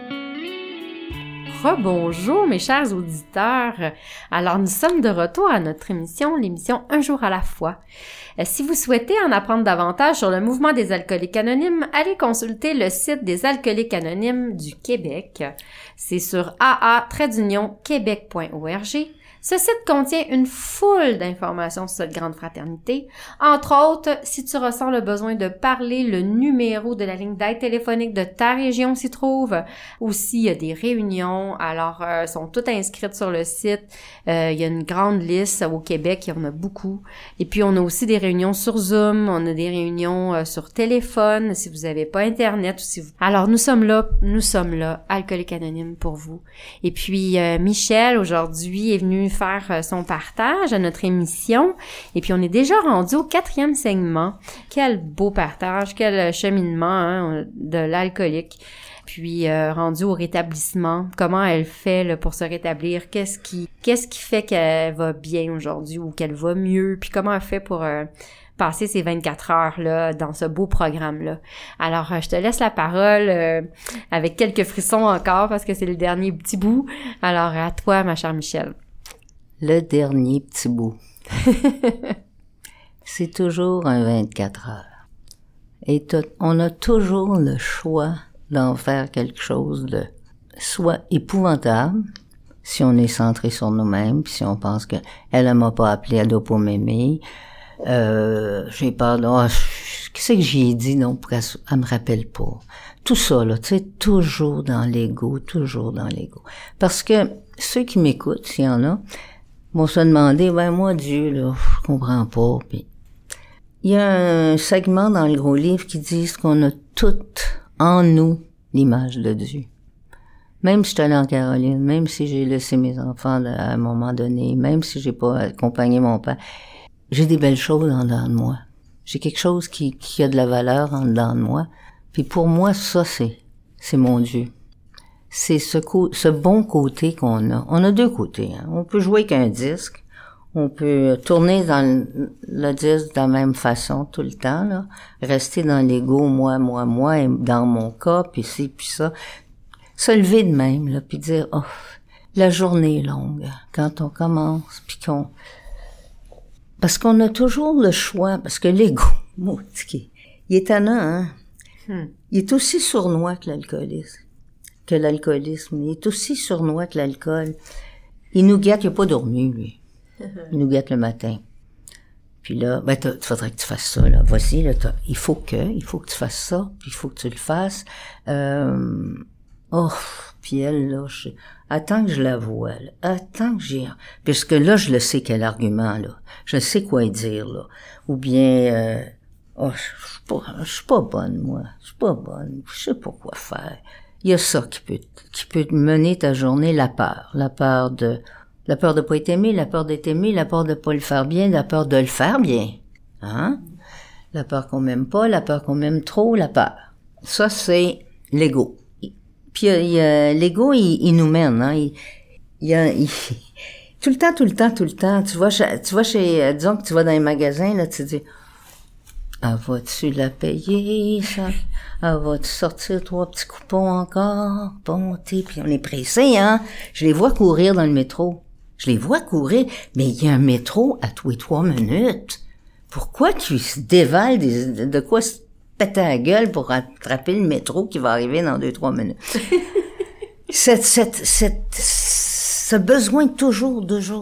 Rebonjour mes chers auditeurs. Alors nous sommes de retour à notre émission, l'émission Un jour à la fois. Si vous souhaitez en apprendre davantage sur le mouvement des alcooliques anonymes, allez consulter le site des alcooliques anonymes du Québec. C'est sur aa-québec.org. Ce site contient une foule d'informations sur cette grande fraternité. Entre autres, si tu ressens le besoin de parler, le numéro de la ligne d'aide téléphonique de ta région s'y trouve. Aussi, il y a des réunions. Alors, sont toutes inscrites sur le site. Il y a une grande liste au Québec. Il y en a beaucoup. Et puis, on a aussi des réunions sur Zoom. On a des réunions sur téléphone si vous n'avez pas Internet. Ou si vous... Alors, nous sommes là, Alcooliques Anonymes pour vous. Et puis, Michel, aujourd'hui, est venu faire son partage à notre émission. Et puis, on est déjà rendu au 4e segment. Quel beau partage, quel cheminement hein, de l'alcoolique. Puis, rendu au rétablissement. Comment elle fait là, pour se rétablir? Qu'est-ce qui fait qu'elle va bien aujourd'hui ou qu'elle va mieux? Puis, comment elle fait pour passer ces 24 heures-là dans ce beau programme-là. Alors, je te laisse la parole avec quelques frissons encore parce que c'est le dernier petit bout. Alors, à toi, ma chère Michèle. Le dernier petit bout. C'est toujours un 24 heures. Et on a toujours le choix d'en faire quelque chose de soit épouvantable, si on est centré sur nous-mêmes, puis si on pense que elle m'a pas appelé, elle doit pas m'aimer, j'ai peur de, qu'est-ce que j'y ai dit, non, pour elle me rappelle pas. Tout ça, là, tu sais, toujours dans l'ego. Parce que ceux qui m'écoutent, s'il y en a, vont se demander, moi, Dieu, là, je comprends pas, puis il y a un segment dans le gros livre qui dit qu'on a toutes en nous l'image de Dieu. Même si je suis allée en Caroline, même si j'ai laissé mes enfants à un moment donné, même si j'ai pas accompagné mon père, j'ai des belles choses en dedans de moi. J'ai quelque chose qui a de la valeur en dedans de moi. Puis pour moi, ça, c'est mon Dieu. C'est ce bon côté qu'on a. On a deux côtés, hein. On peut jouer avec un disque. On peut tourner dans le disque de la même façon tout le temps, là. Rester dans l'ego, moi, et dans mon cas, puis ci, puis ça. Se lever de même, là, puis dire, la journée est longue, quand on commence, puis parce qu'on a toujours le choix, parce que l'ego, il est étonnant, hein. Il est aussi sournois que l'alcoolisme. Il est aussi sournois que l'alcool. Il nous guette, il n'a pas dormi, lui. Il nous guette le matin. Puis là, il faudrait que tu fasses ça, là. Voici, là, il faut que tu fasses ça, puis il faut que tu le fasses. Puis elle, là, attends que je la voie, là. Attends que j'ai... Puisque là, je le sais quel argument, là. Je sais quoi dire, là. Ou bien, je suis pas bonne, moi. Je suis pas bonne. Je sais pas quoi faire. Il y a ça qui peut mener ta journée, la peur. La peur de pas être aimé, la peur d'être aimé, la peur de pas le faire bien, la peur de le faire bien. Hein? La peur qu'on m'aime pas, la peur qu'on m'aime trop, la peur. Ça, c'est l'ego. Puis l'ego, il nous mène, hein. Tout le temps. Tu vois chez, disons que tu vas dans les magasins, là, tu te dis, vas-tu la payer, ça? Vas-tu sortir 3 petits coupons encore? Bon, puis on est pressé, hein? Je les vois courir dans le métro. Mais il y a un métro à tous les 3 minutes. Pourquoi tu dévales de quoi se péter la gueule pour attraper le métro qui va arriver dans 2-3 minutes? Ce besoin toujours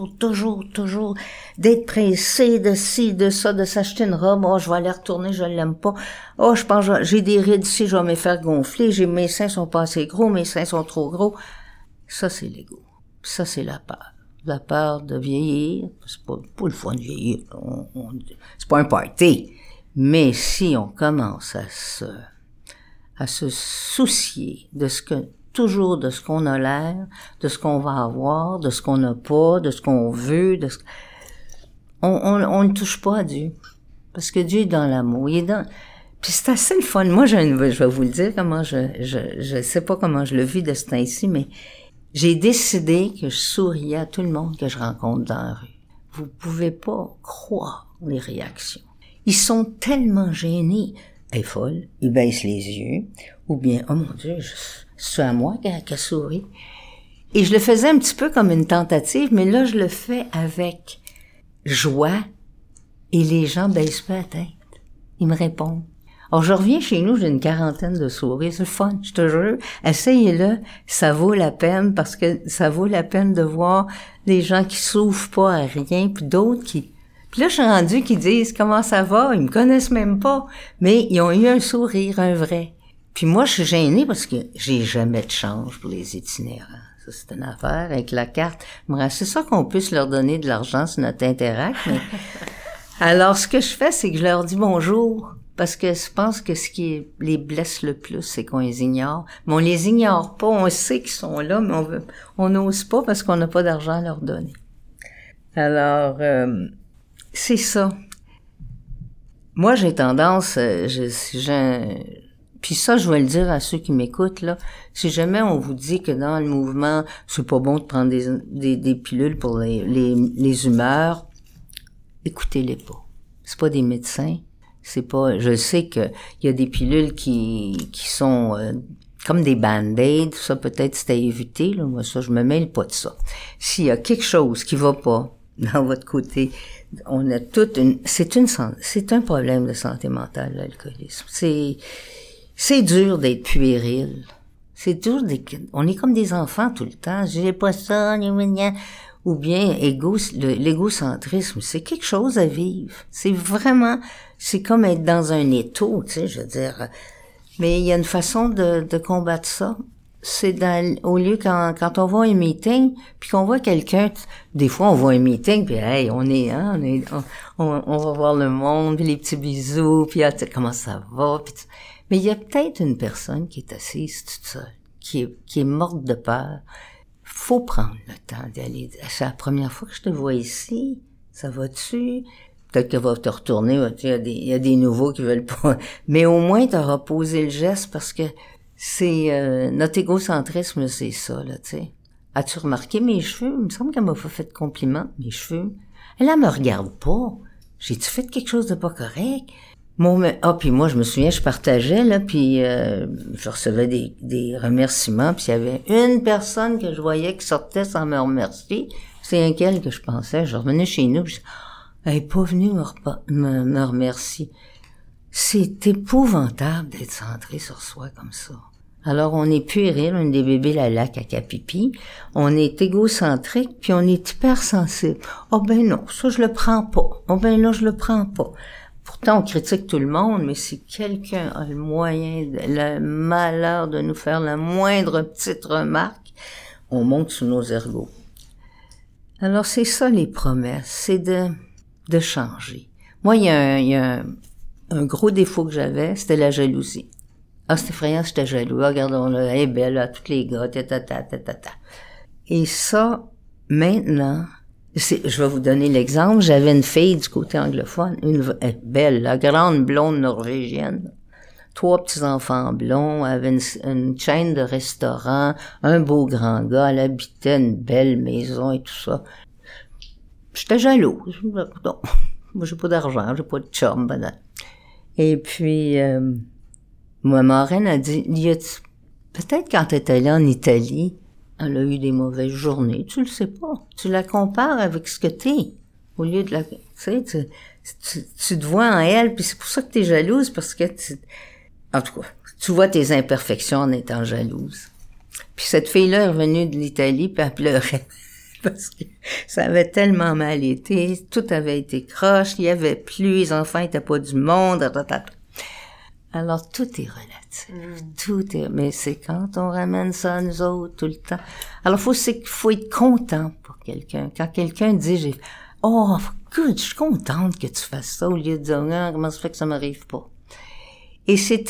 d'être pressé de ci, de ça, de s'acheter une robe. Je vais aller retourner, je l'aime pas. Je pense, j'ai des rides ici, je vais me faire gonfler. Mes seins sont pas assez gros, mes seins sont trop gros. Ça, c'est l'ego. Ça, c'est la peur. La peur de vieillir. C'est pas le fun de vieillir. C'est pas un party. Mais si on commence à se soucier de toujours de ce qu'on a l'air, de ce qu'on va avoir, de ce qu'on n'a pas, de ce qu'on veut, on ne touche pas à Dieu. Parce que Dieu est dans l'amour. Puis c'est assez le fun. Moi, je vais vous le dire comment je sais pas comment je le vis de ce temps-ci, mais j'ai décidé que je souriais à tout le monde que je rencontre dans la rue. Vous pouvez pas croire les réactions. Ils sont tellement gênés. Elle est folle. Ils baissent les yeux. Ou bien, oh mon Dieu, c'est à moi qu'elle sourit. Et je le faisais un petit peu comme une tentative, mais là, je le fais avec joie. Et les gens baissent pas la tête. Ils me répondent. Alors, je reviens chez nous, j'ai une 40aine de souris. C'est le fun, je te jure. Essayez-le. Ça vaut la peine parce que ça vaut la peine de voir des gens qui souffrent pas à rien, puis d'autres qui... Puis là, je suis rendue qui disent « Comment ça va? » Ils me connaissent même pas. Mais ils ont eu un sourire, un vrai. Puis moi, je suis gênée parce que j'ai jamais de change pour les itinérants. Ça, c'est une affaire avec la carte. C'est ça qu'on puisse leur donner de l'argent sur notre Interact, mais... Alors, ce que je fais, c'est que je leur dis bonjour. Parce que je pense que ce qui les blesse le plus, c'est qu'on les ignore. Mais on les ignore pas, on sait qu'ils sont là, mais on n'ose pas parce qu'on n'a pas d'argent à leur donner. Alors, c'est ça. Moi, j'ai tendance, puis ça, je vais le dire à ceux qui m'écoutent, là. Si jamais on vous dit que dans le mouvement, c'est pas bon de prendre des pilules pour les humeurs, écoutez-les pas. c'est pas des médecins, c'est pas... Je sais que il y a des pilules qui sont comme des band-aids, ça peut-être c'est à éviter, là, moi ça, je me mêle pas de ça. S'il y a quelque chose qui va pas dans votre côté, on a toute une... C'est un problème de santé mentale, l'alcoolisme. C'est dur d'être puéril. C'est dur on est comme des enfants tout le temps. J'ai pas ça, ou bien l'égocentrisme. C'est quelque chose à vivre. C'est comme être dans un étau, tu sais, je veux dire. Mais il y a une façon de combattre ça. C'est au lieu quand on va à un meeting, puis qu'on voit quelqu'un, des fois on va à un meeting, puis hey, on va voir le monde, puis les petits bisous, puis comment ça va, puis mais il y a peut-être une personne qui est assise toute seule, qui est morte de peur. Faut prendre le temps d'aller. C'est la première fois que je te vois ici. Ça va-tu? Peut-être qu'elle va te retourner. Il y a des nouveaux qui veulent pas. Mais au moins, t'auras posé le geste parce que c'est notre égocentrisme, c'est ça, là, tu sais. As-tu remarqué mes cheveux? Il me semble qu'elle m'a pas fait de compliment, mes cheveux. Elle me regarde pas. J'ai-tu fait quelque chose de pas correct? Puis moi, je me souviens, je partageais, là, puis je recevais des remerciements, puis il y avait une personne que je voyais qui sortait sans me remercier. C'est laquelle que je pensais. Je revenais chez nous, puis elle est pas venue me remercier. C'est épouvantable d'être centré sur soi comme ça. Alors, on est puéril, on est des bébés lala caca pipi, on est égocentrique, puis on est hypersensible. Oh ben non, ça je le prends pas. Oh ben là, je le prends pas. Pourtant, on critique tout le monde, mais si quelqu'un a le moyen, le malheur de nous faire la moindre petite remarque, on monte sous nos ergots. Alors, c'est ça les promesses, c'est de changer. Moi, il y a un gros défaut que j'avais, c'était la jalousie. Ah, c'est effrayant, j'étais jaloux. Regardons-le, elle est belle, là, tous les gars, ta. Et ça, maintenant... Je vais vous donner l'exemple. J'avais une fille du côté anglophone, belle, la grande blonde norvégienne. 3 petits-enfants blonds, avait une chaîne de restaurants, un beau grand gars, elle habitait une belle maison et tout ça. J'étais jalouse. Non, moi j'ai pas d'argent, j'ai pas de chum. Et puis, ma marraine a dit, peut-être quand t'étais allée en Italie, elle a eu des mauvaises journées, tu le sais pas. Tu la compares avec ce que t'es. Au lieu de la... Tu sais, tu te vois en elle, puis c'est pour ça que t'es jalouse, parce que en tout cas, tu vois tes imperfections en étant jalouse. Puis cette fille-là est revenue de l'Italie, puis elle pleurait. Parce que ça avait tellement mal été, tout avait été croche, il y avait plu, les enfants étaient pas du monde, Alors, tout est relatif. Mais c'est quand on ramène ça à nous autres tout le temps. Alors, faut être content pour quelqu'un. Quand quelqu'un dit, oh, good, je suis contente que tu fasses ça, au lieu de dire, ah, comment ça fait que ça m'arrive pas? Et c'est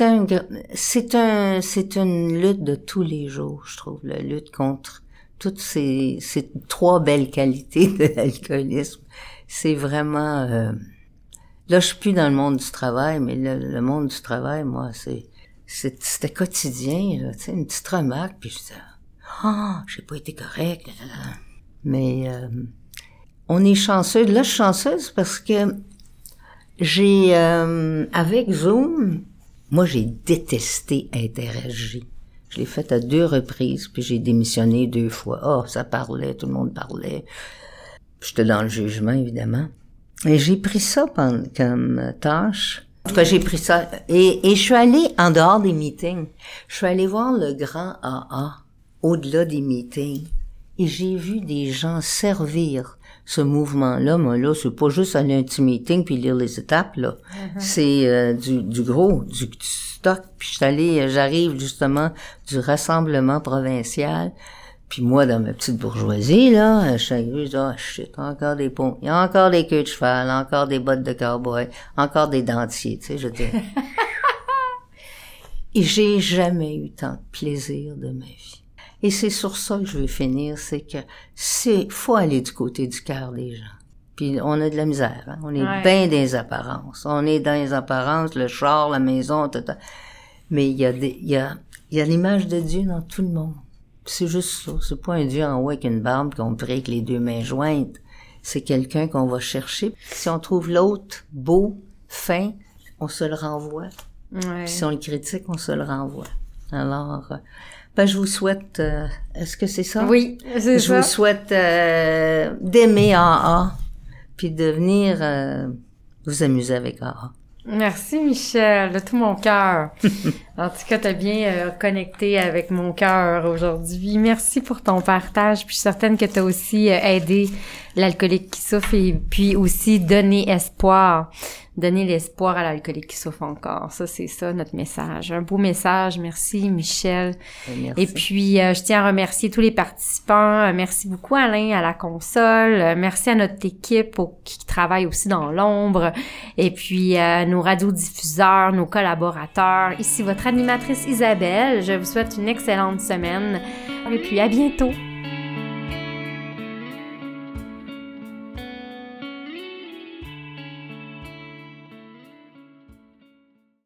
une lutte de tous les jours, je trouve, la lutte contre toutes ces 3 belles qualités de l'alcoolisme. C'est vraiment, là, je suis plus dans le monde du travail, mais le monde du travail, moi, c'était quotidien, là, tu sais, une petite remarque, puis je disais, j'ai pas été correct, mais on est chanceux. Là, je suis chanceuse parce que j'ai, avec Zoom, moi, j'ai détesté interagir. Je l'ai fait à 2 reprises, puis j'ai démissionné 2 fois. Oh, ça parlait, tout le monde parlait. J'étais dans le jugement, évidemment. Et j'ai pris ça comme tâche. En tout cas, j'ai pris ça. Et je suis allée en dehors des meetings. Je suis allée voir le grand AA, au-delà des meetings. Et j'ai vu des gens servir ce mouvement-là. Moi, là, c'est pas juste aller à un petit meeting puis lire les étapes, là. C'est du gros, du stock. Puis j'arrive justement du rassemblement provincial. Puis moi, dans ma petite bourgeoisie, là, je suis shit, encore des ponts. Il y a encore des queues de cheval, encore des bottes de cow-boy, encore des dentiers, tu sais, je veux dire. Et j'ai jamais eu tant de plaisir de ma vie. Et c'est sur ça que je veux finir, c'est que faut aller du côté du cœur des gens. Puis on a de la misère, hein? On est bien dans les apparences. On est dans les apparences, le char, la maison, tout. Mais il y a l'image de Dieu dans tout le monde. C'est juste ça. C'est pas un Dieu en haut avec une barbe qu'on prie avec les 2 mains jointes. c'est quelqu'un qu'on va chercher. Si on trouve l'autre beau, fin, on se le renvoie. Ouais. Puis si on le critique, on se le renvoie. Alors, je vous souhaite... est-ce que c'est ça? Oui, c'est ça. Je vous souhaite d'aimer AA, puis de venir vous amuser avec AA. Merci, Michel, de tout mon cœur. En tout cas, t'as bien connecté avec mon cœur aujourd'hui. Merci pour ton partage. Puis je suis certaine que t'as aussi aidé l'alcoolique qui souffre et puis aussi donné espoir. Donner l'espoir à l'alcoolique qui souffre encore. Ça, c'est ça, notre message. Un beau message. Merci, Michel. Merci. Et puis, je tiens à remercier tous les participants. Merci beaucoup, Alain, à la console. Merci à notre équipe qui travaille aussi dans l'ombre. Et puis, nos radiodiffuseurs, nos collaborateurs. Ici, votre animatrice Isabelle. Je vous souhaite une excellente semaine. Et puis, à bientôt.